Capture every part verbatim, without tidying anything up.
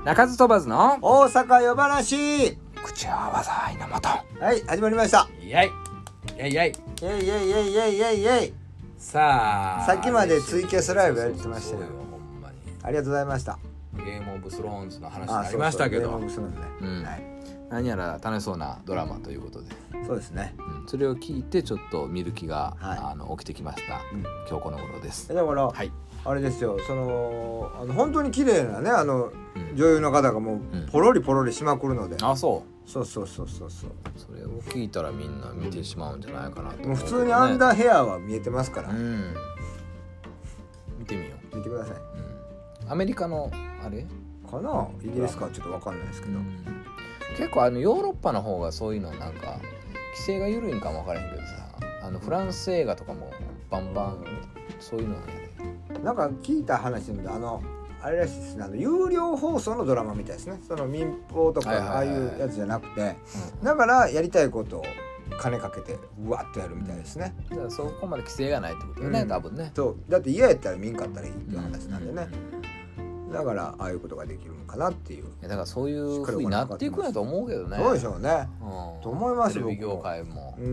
鳴かず飛ばずの大阪夜話。 口は災いのもと。 はい始まりました。 イエイイエイイエイイエイイエイイエイイエイイエイイエイ。 さあさっきまでツイキャスライブやってましたよ。 そうよほんまにありがとうございました。 ゲームオブスローンズの話になりましたけど、 そうそうゲームオブスローンズね、 うんはい、 何やら楽しそうなドラマということで、 そうですね、 うん、それを聞いてちょっと見る気が、 はい、 あの起きてきました、うん、今日この頃です。 だから、はい、あれですよ、そのあの本当に綺麗なねあの、うん、女優の方がもうポロリポロリしまくるので、うん、 あそうそうそうそうそうそう、 それを聞いたらみんな見てしまうんじゃないかなと思う、ね、 もう普通にアンダーヘアは見えてますから、うん、 見てみよう。 見てください、 うん、アメリカのあれかな、イギリスかちょっと分かんないですけど、うん、 結構あのヨーロッパの方がそういうのなんか規制が緩いんかも分からへんけどさ、あのフランス映画とかもバンバンそういうのなんやで。 なんか聞いた話であのあれらしいですね、あの有料放送のドラマみたいですね、その民放とかああいうやつじゃなくて、だからやりたいことを金かけてうわっとやるみたいですね、 うん、だからそこまで規制がないってことよね、うん、多分ね。 そうだって嫌やったら見んかったらいいっていう話なんでね、うん、だからああいうことができるのかなっていう。 だからそういう風になっていくんやと思うけどね。 そうでしょうね、うん、と思いますよ。 テレビ業界も、うん、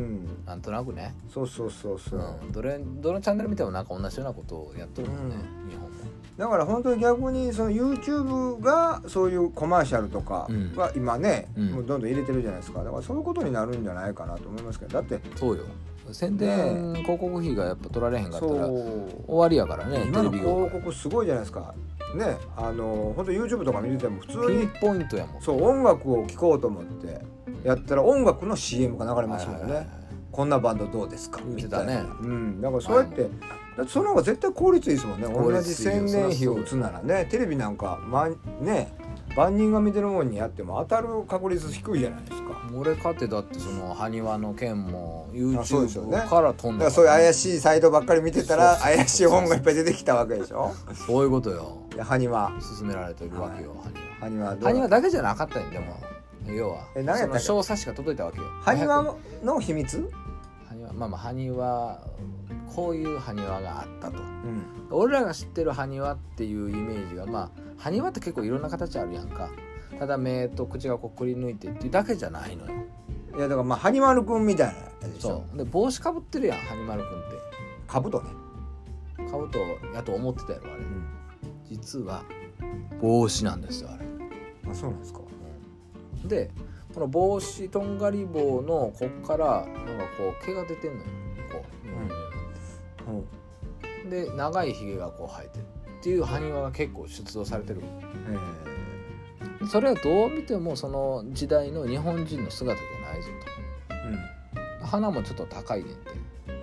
なんとなくね。 そうそうそうそう、 うん、どれどのチャンネル見てもなんか同じようなことをやっとるもんね、うん、日本も。 だから本当に逆にその YouTube がそういうコマーシャルとかは今ね、うん、もうどんどん入れてるじゃないですか。だからそういうことになるんじゃないかなと思いますけど、だってそうよ、宣伝、ね、広告費がやっぱ取られへんかったら終わりやからね。 今の広告すごいじゃないですかね。あの本当 YouTube とか見てても普通にピンポイントやもん。 そう音楽を聴こうと思ってやったら音楽の シーエム が流れますよね、はいはいはい、こんなバンドどうですかみたいな、ね、うん、だからそうやって、はい、だってその方が絶対効率いいですもんね。同じ宣伝費を打つならね、テレビなんか、ま、ね万人が見てるもんにやっても当たる確率低いじゃないですか。 俺かってだってその埴輪の件も YouTube から飛んだ、 ね、そういう怪しいサイトばっかり見てたら怪しい本がいっぱい出てきたわけでしょ。 そういうことよ。 埴輪勧められてるわけよ、はい、 埴輪埴輪だけじゃなかったんでも要はえ何やったっけ、 その小冊子が届いたわけよ。 埴輪の秘密、 埴輪まあまあ埴輪こういう埴輪があったと、うん、俺らが知ってる埴輪っていうイメージがまあ埴輪って結構いろんな形あるやんか。ただ目と口がこうくり抜いてっていうだけじゃないのよ。 いやだからまあハニマルくんみたいなやつでしょ。 そうで帽子かぶってるやんハニマルくんって。 かぶとね、 かぶとやと思ってたやろあれ、うん、実は帽子なんですよあれ。 あ、そうなんですか、 うん、でこの帽子とんがり棒のこっからなんかこう毛が出てんのよこう、うんうん、で長いひげがこう生えてるっていう埴輪が結構出土されてる。へー、それはどう見てもその時代の日本人の姿じゃないぞと、うん、鼻もちょっと高いねんて、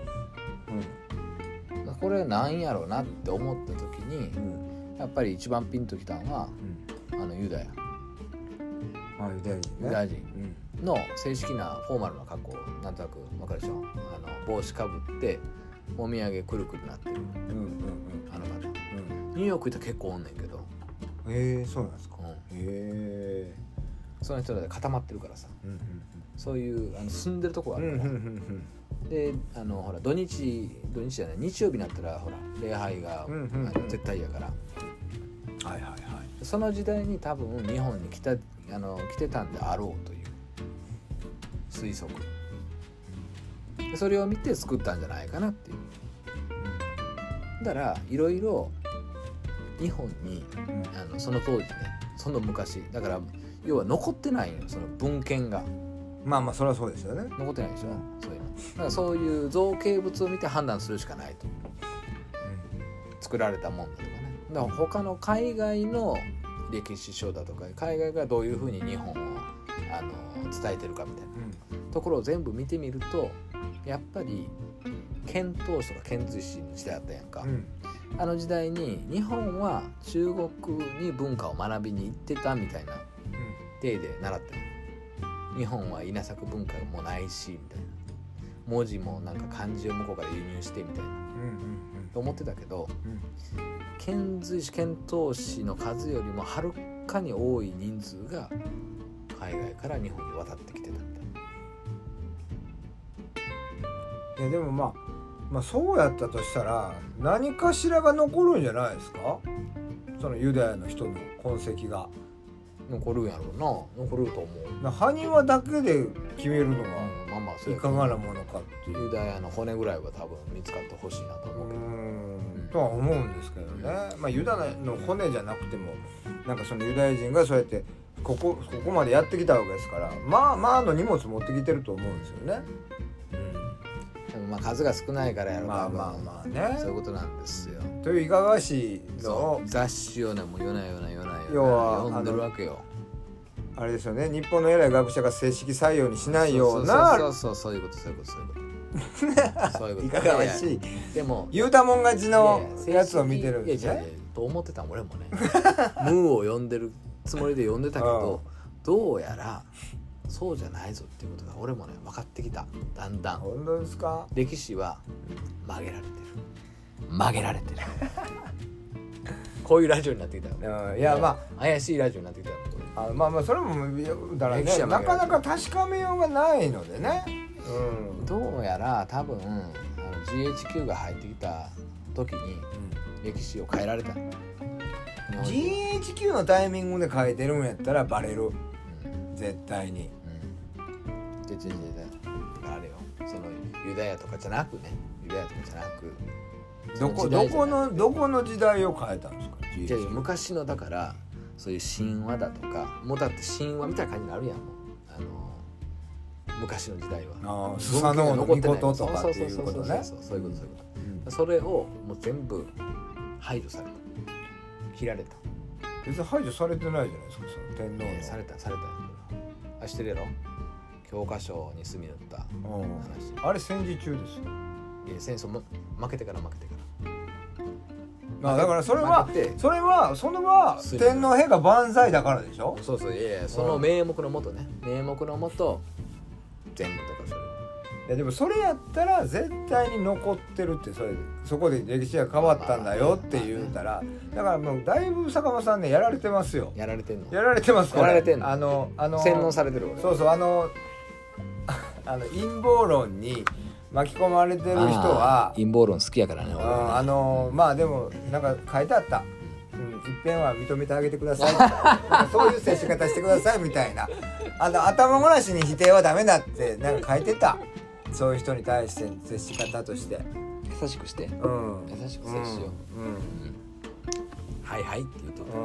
うん、これなんやろうなって思った時に、うん、やっぱり一番ピンときたのは、うん、あのユダヤ、 あユダヤ人ね、 ユダヤ人の正式なフォーマルな格好なんとなく分かるでしょ。あの帽子かぶってもみあげくるくるなってる、うんうんうん、あの方、うん、ニューヨーク行ったら結構おんねんけど。 へえ、そうなんですか、うん、へえ。その人らで固まってるからさ、うんうんうん、そういうあの住んでるとこがあるから、うんうんうんうん、であのほら土日土日じゃない日曜日になったらほら礼拝が、うんうんうん、あの絶対やから、はいはいはい、その時代に多分日本に来たあの来てたんであろうという推測、それを見て作ったんじゃないかなっていう、うん、だからいろいろ日本に、うん、あのその当時ね、その昔だから要は残ってないよその文献が。 まあまあそれはそうですよね。 残ってないでしょ、うん、そういうのだからそういう造形物を見て判断するしかないと、うん、作られたもんだとかね。だから他の海外の歴史書だとか海外がどういうふうに日本をあの伝えてるかみたいな、うん、ところを全部見てみるとやっぱり遣唐使とか遣隋使の時代あったやんか、うん、あの時代に日本は中国に文化を学びに行ってたみたいな体で習ってる。日本は稲作文化もないしみたいな、文字もなんか漢字を向こうから輸入してみたいな、うんうんうん、と思ってたけど、うん、遣隋使遣唐使の数よりもはるかに多い人数が海外から日本に渡ってきてたみたいな。いやでもまあまあそうやったとしたら何かしらが残るんじゃないですか、そのユダヤの人の痕跡が。 残るんやろうな、残ると思う。 な埴輪だけで決めるのは、 うん、まあまあそういやかがなものかっていう。 ユダヤの骨ぐらいは多分見つかってほしいなと思うけど、 うんとは思うんですけどね、まあユダヤの骨じゃなくてもなんかそのユダヤ人がそうやってここここまでやってきたわけですから、まあまあの荷物持ってきてると思うんですよね。 でもまあ数が少ないからやろう、 まあまあまあね、 そういうことなんですよ。 といういかがわしいのを雑誌をねもう夜な夜な夜な要は夜な読んでるわけよ。 あれですよね、日本の偉い学者が正式採用にしないような、 そうそうそうそういうことそういうことそういうことそういうこといかがわしい。 でも言うたもん勝ちのやつを見てるんですね。 いやいやいやと思ってた俺もねムーを読んでるつもりで読んでたけど、どうやらそうじゃないぞっていうことが俺もね分かってきた。だんだん本当ですか。 歴史は曲げられてる曲げられてるこういうラジオになってきたよ。 いやまあ怪しいラジオになってきたよ。 あまあまあそれもだからね、なかなか確かめようがないのでね、 うん、どうやら多分あの ジーエイチキュー が入ってきた時に歴史を変えられた、うん、 ジーエイチキュー のタイミングで書いてるんやったらバレる、うん、絶対に、 うん、で全然あれよ、そのユダヤとかじゃなくね、ユダヤとかじゃなくどこどこのどこの時代を変えたんですか。 じゃあ昔のだからそういう神話だとか、もうだって神話みたいな感じになるやん、もうあの昔の時代は。 ああ、スサノオノミコトとかっていうことね。 そういうことそういうこと。それをもう全部排除された、切られた。 別に排除されてないじゃないですか、その天皇の、 えー、されたされた。あ、知ってるやろ、教科書に墨塗った話、 うん、あれ戦時中ですよ。 いや戦争も負けてから負けてから、 まあ、だからそれはそれはそのは天皇陛下万歳だからでしょ。 そうそう、いやいや、その名目のもとね、名目のもと全部だからそれ。 いやでもそれやったら絶対に残ってるって、それそこで歴史が変わったんだよって言うたら、だからもうだいぶ坂本さんねやられてますよ。 やられてんの。 やられてます。 やられてんの。 あのあの洗脳されてる俺。 そうそう、あのあの陰謀論に巻き込まれてる人は陰謀論好きやからね。 俺はあのまあでもなんか書いてあった。うん、一遍は認めてあげてくださいそういう接し方してくださいみたいな、あの頭ごなしに否定はダメだってなんか書いてた。そういう人に対して接し方として優しくして、 うん、 優しく接しよう、うんうんうん、はいはいって言ってた、うん、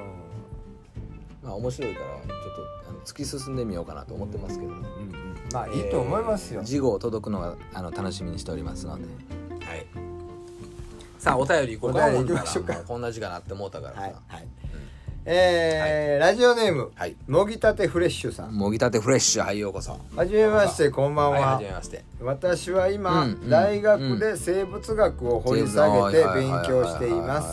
まあ面白いからちょっとあの突き進んでみようかなと思ってますけど、うんうん、 まあいいと思いますよ。 事後届くのがあの楽しみにしておりますので、はい、さあお便り行こうか。お便り行きましょうか。こんな時間なって思ったからさ、はいはい、 えーはい、ラジオネーム、 はい、 もぎたてフレッシュさん。 もぎたてフレッシュ、はい、ようこそ。 はじめまして、こんばんは。 はい、はじめまして。私は今、うん、大学で生物学を掘り下げて勉強しています。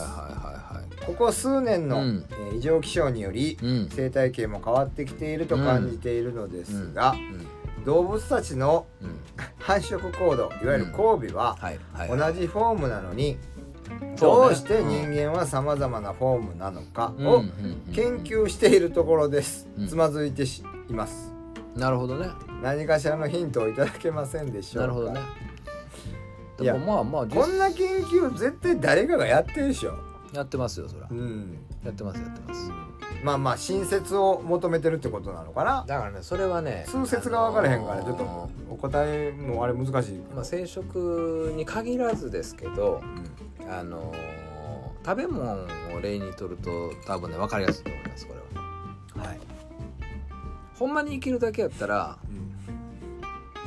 ここ数年の、うんえー、異常気象により、うん、生態系も変わってきていると感じているのですが、うんうん、動物たちの、うん、繁殖行動、いわゆる交尾は、うん、同じフォームなのに、どうして人間はさまざまなフォームなのかを研究しているところです。つまずいています。 なるほどね。 何かしらのヒントをいただけませんでしょうか。 なるほどね。でもまあまあこんな研究絶対誰かがやってるでしょ。 やってますよそら、 うん、 やってますやってます、うん、 まあまあ新説を求めてるってことなのかな。 だからねそれはね数説が分からへんから、ちょっとお答えもあれ難しい、 まあ、生殖に限らずですけど、うん、あのー、食べ物を例にとると多分ね分かりやすいと思いますこれは。はい。ほんまに生きるだけやったら、うん、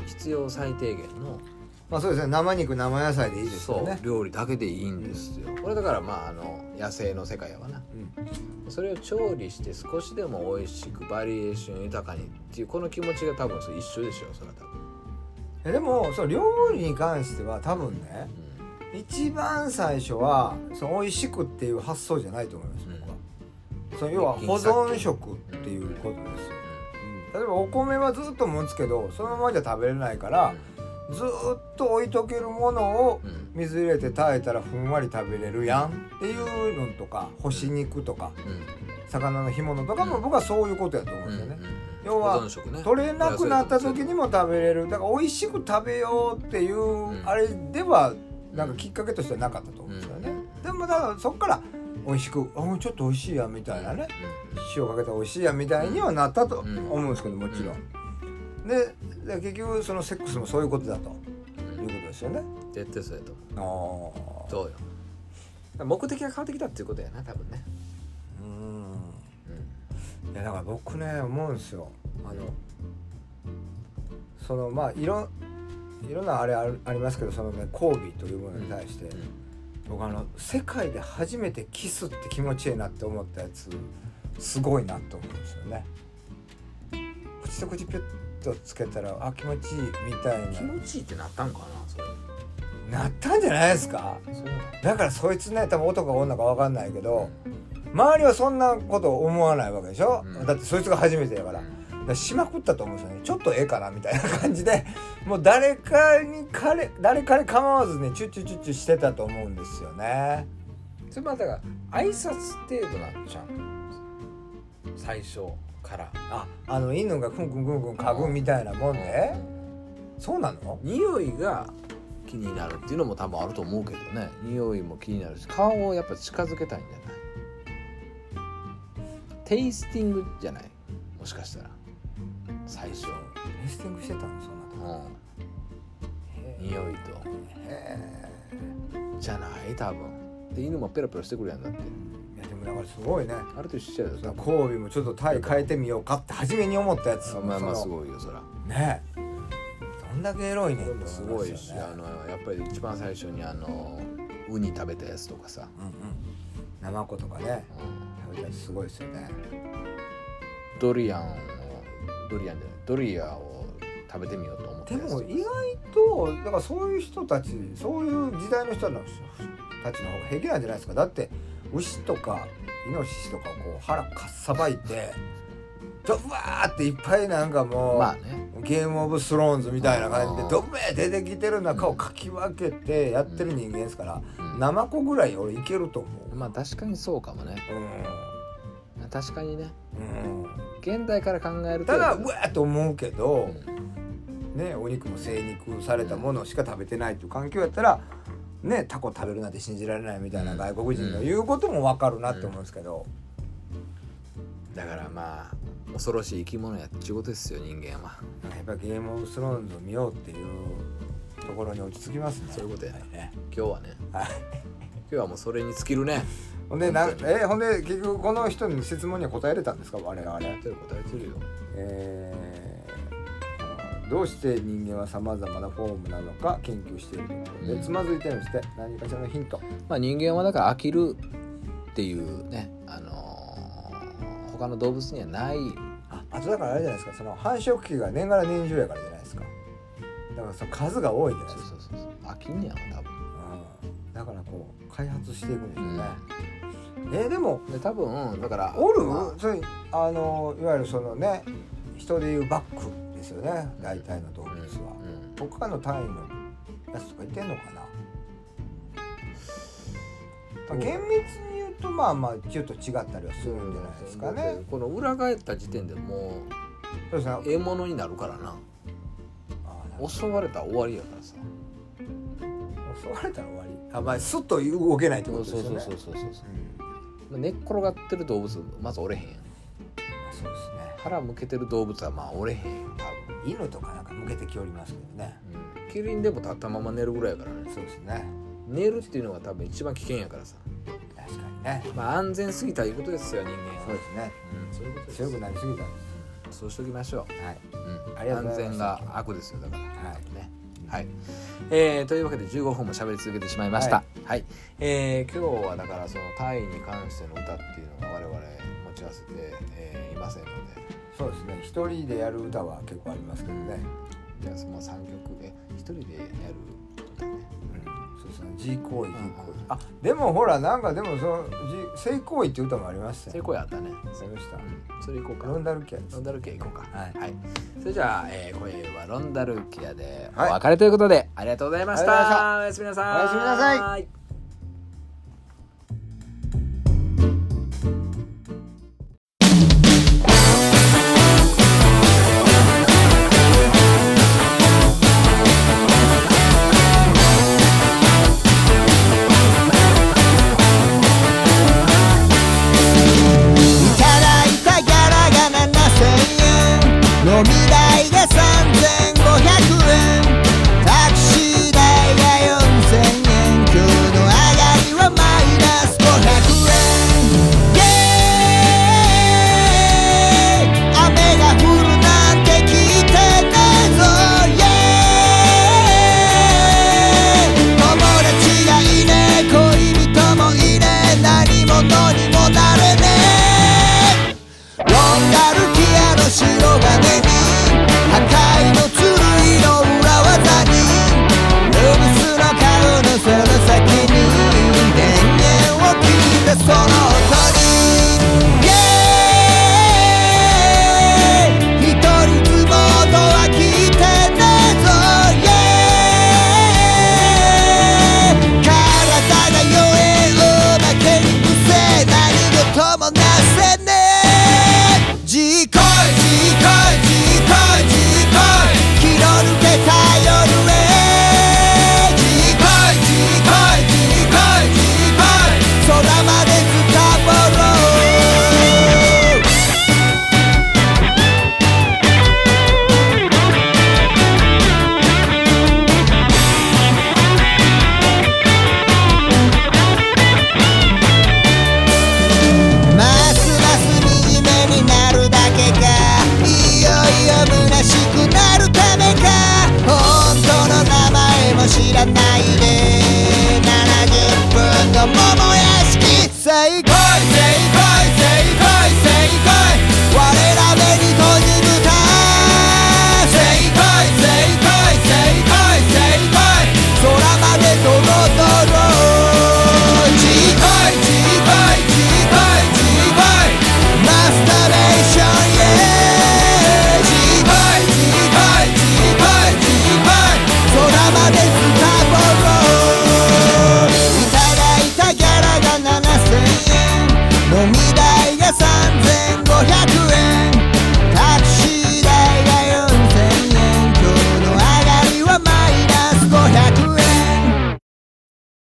必要最低限のまあそうですね、生肉生野菜でいいですよね。 そう料理だけでいいんですよ、うん、これだからまああの野生の世界やわな、うん、それを調理して少しでも美味しくバリエーション豊かにっていうこの気持ちが多分それ一緒でしょそれは多分。 でもそう料理に関しては多分ね、うん、一番最初はその美味しくっていう発想じゃないと思います、僕は、うん、その要は保存食っていうことですよ、うん、例えばお米はずっと持つけどそのままじゃ食べれないから、うん、ずっと置いとけるものを水入れて炊いたらふんわり食べれるやんっていうのとか、干し肉とか、うん、魚の干物とかも僕はそういうことやと思うんですよね、うんうん、要は、ね、取れなくなった時にも食べれる、だから美味しく食べようっていう、うん、あれではなんかきっかけとしてはなかったと思うんですよね、うん、でもだからそっから美味しくあちょっと美味しいやみたいなね、塩かけたら美味しいやみたいにはなったと思うんですけど、もちろん、で, で結局そのセックスもそういうことだと、いうことですよね。 絶対そうやと思う。ああそうよ。目的が変わってきたっていうことやな多分ね。 うん、うん、いやだから僕ね思うんですよ、あのそのまあいろいろんなあれありますけど、そのね交尾というものに対して、うんうん、僕あの世界で初めてキスって気持ちいいなって思ったやつすごいなと思うんですよね。口と口ピュッとつけたらあ気持ちいいみたいな。 気持ちいいってなったんかなそれ。 なったんじゃないですか。そうだからそいつね多分男か女か分かんないけど、うん、周りはそんなこと思わないわけでしょ、うん、だってそいつが初めてやから。しまくったと思うんですよね。ちょっとええかなみたいな感じでもう誰かに彼誰かに構わずねチュッチュチュッチュしてたと思うんですよね。 それまあだから挨拶程度なんじゃん最初から。 ああの犬がクンクンクンクン嗅ぐみたいなもんで、そうなの？ 匂いが気になるっていうのも多分あると思うけどね。匂いも気になるし顔をやっぱ近づけたいんじゃない？テイスティングじゃない？もしかしたら最初テイスティングしてたのそんなと、 うん、匂いとへじゃない多分で犬もペロペロしてくるやんだって。いやでもだからすごいね。 あれと一緒やで交尾もちょっと体変えてみようかって初めに思ったやつ。 まあまあすごいよそらね。どんだけエロいねんってすごいし、あのやっぱり一番最初にあのウニ食べたやつとかさ、 うんうん、ナマコとかね、うん、食べたやつすごいですよね。 ドリアンをドリアンじゃないドリアを食べてみようと思ってでも意外とだからそういう人たちそういう時代の人たちの方が平気なんじゃないですか。だって牛とかイノシシとかこう腹かっさばいてドブワーっていっぱいなんかもう、まあね、ゲームオブスローンズみたいな感じでドブー出てきてる中をかき分けてやってる人間ですから、うん、ナマコぐらい俺いけると思う。 まあ確かにそうかもね、うん、確かにね、うん、現代から考えるとただうわーと思うけど、うん、ねお肉も精肉されたものしか食べてないっていう環境やったらねタコ食べるなんて信じられないみたいな外国人の言うことも分かるなって思うんですけど、 うん、だからまあ恐ろしい生き物やっていうことですよ人間は。 やっぱゲームオブスローンズを見ようっていうところに落ち着きますね。 そういうことやね。今日はね、はい、今日はもうそれに尽きるね。 ほんでなえほんで結局この人の質問には答えれたんですか我々。答えてる答えてるよ。 えー、どうして人間はさまざまなフォームなのか研究しているところで、うん、つまずいてるんですって。何かしらのヒント。 まあ人間はだから飽きるっていうねあの他の動物にはない。 あ, あとだからあれじゃないですかその繁殖期が年がら年中やからじゃないですか。だからその数が多いじゃないですか。そうそうそう飽きんねやろ多分、 うん、だからこう開発していくんですよね、うん、えー、でもで多分だからおる、まあ、それあのいわゆるそのね人でいうバックですよね大体の動物は、うんうん、他の単位のやつとかいてんのかな。まあ、厳密に言うとまあまあちょっと違ったりはするんじゃないですかね。 この裏返った時点でもう獲物になるからな。あ襲われたら終わりやからさ。 襲われたら終わり。あまあスッと動けないってことですよね。 そうそうそうそうそうそう、うん、寝っ転がってる動物まずおれへんやん。そうですね。 腹向けてる動物はまあおれへんよ多分。犬とかなんか向けてきおりますけどね、 うん、キリンでも立ったまま寝るぐらいやからね。 そうですね。寝るっていうのが多分一番危険やからさ。 確かにね。 まあ安全すぎたいうことですよ人間は。 そうですね、うん、そういうことです。強くなりすぎたんです、 うん、そうしときましょう。はい、うん、 ありがとうございます。 安全が悪ですよだから。はいね。はい、えー、というわけでじゅうごふんも喋り続けてしまいました。はい、はい、えー、今日はだからそのタイに関しての歌っていうのが我々持ち合わせて、えー、いませんので。 そうですね。一人でやる歌は結構ありますけどね。 じゃあまあさんきょくえ一人でやる歌ね。 G 行為 G 行為、あでもほらなんかでもその性行為っていう歌もありましたよ。 性行為あったね。 ありました、うん、 それ行こうか。 ロンダルケアロンダルケア行こうか。はい、はい、それじゃあ、えー、今夜はロンダルケアでお別れということで、はい、ありがとうございました。おやすみなさい。 おやすみなさい。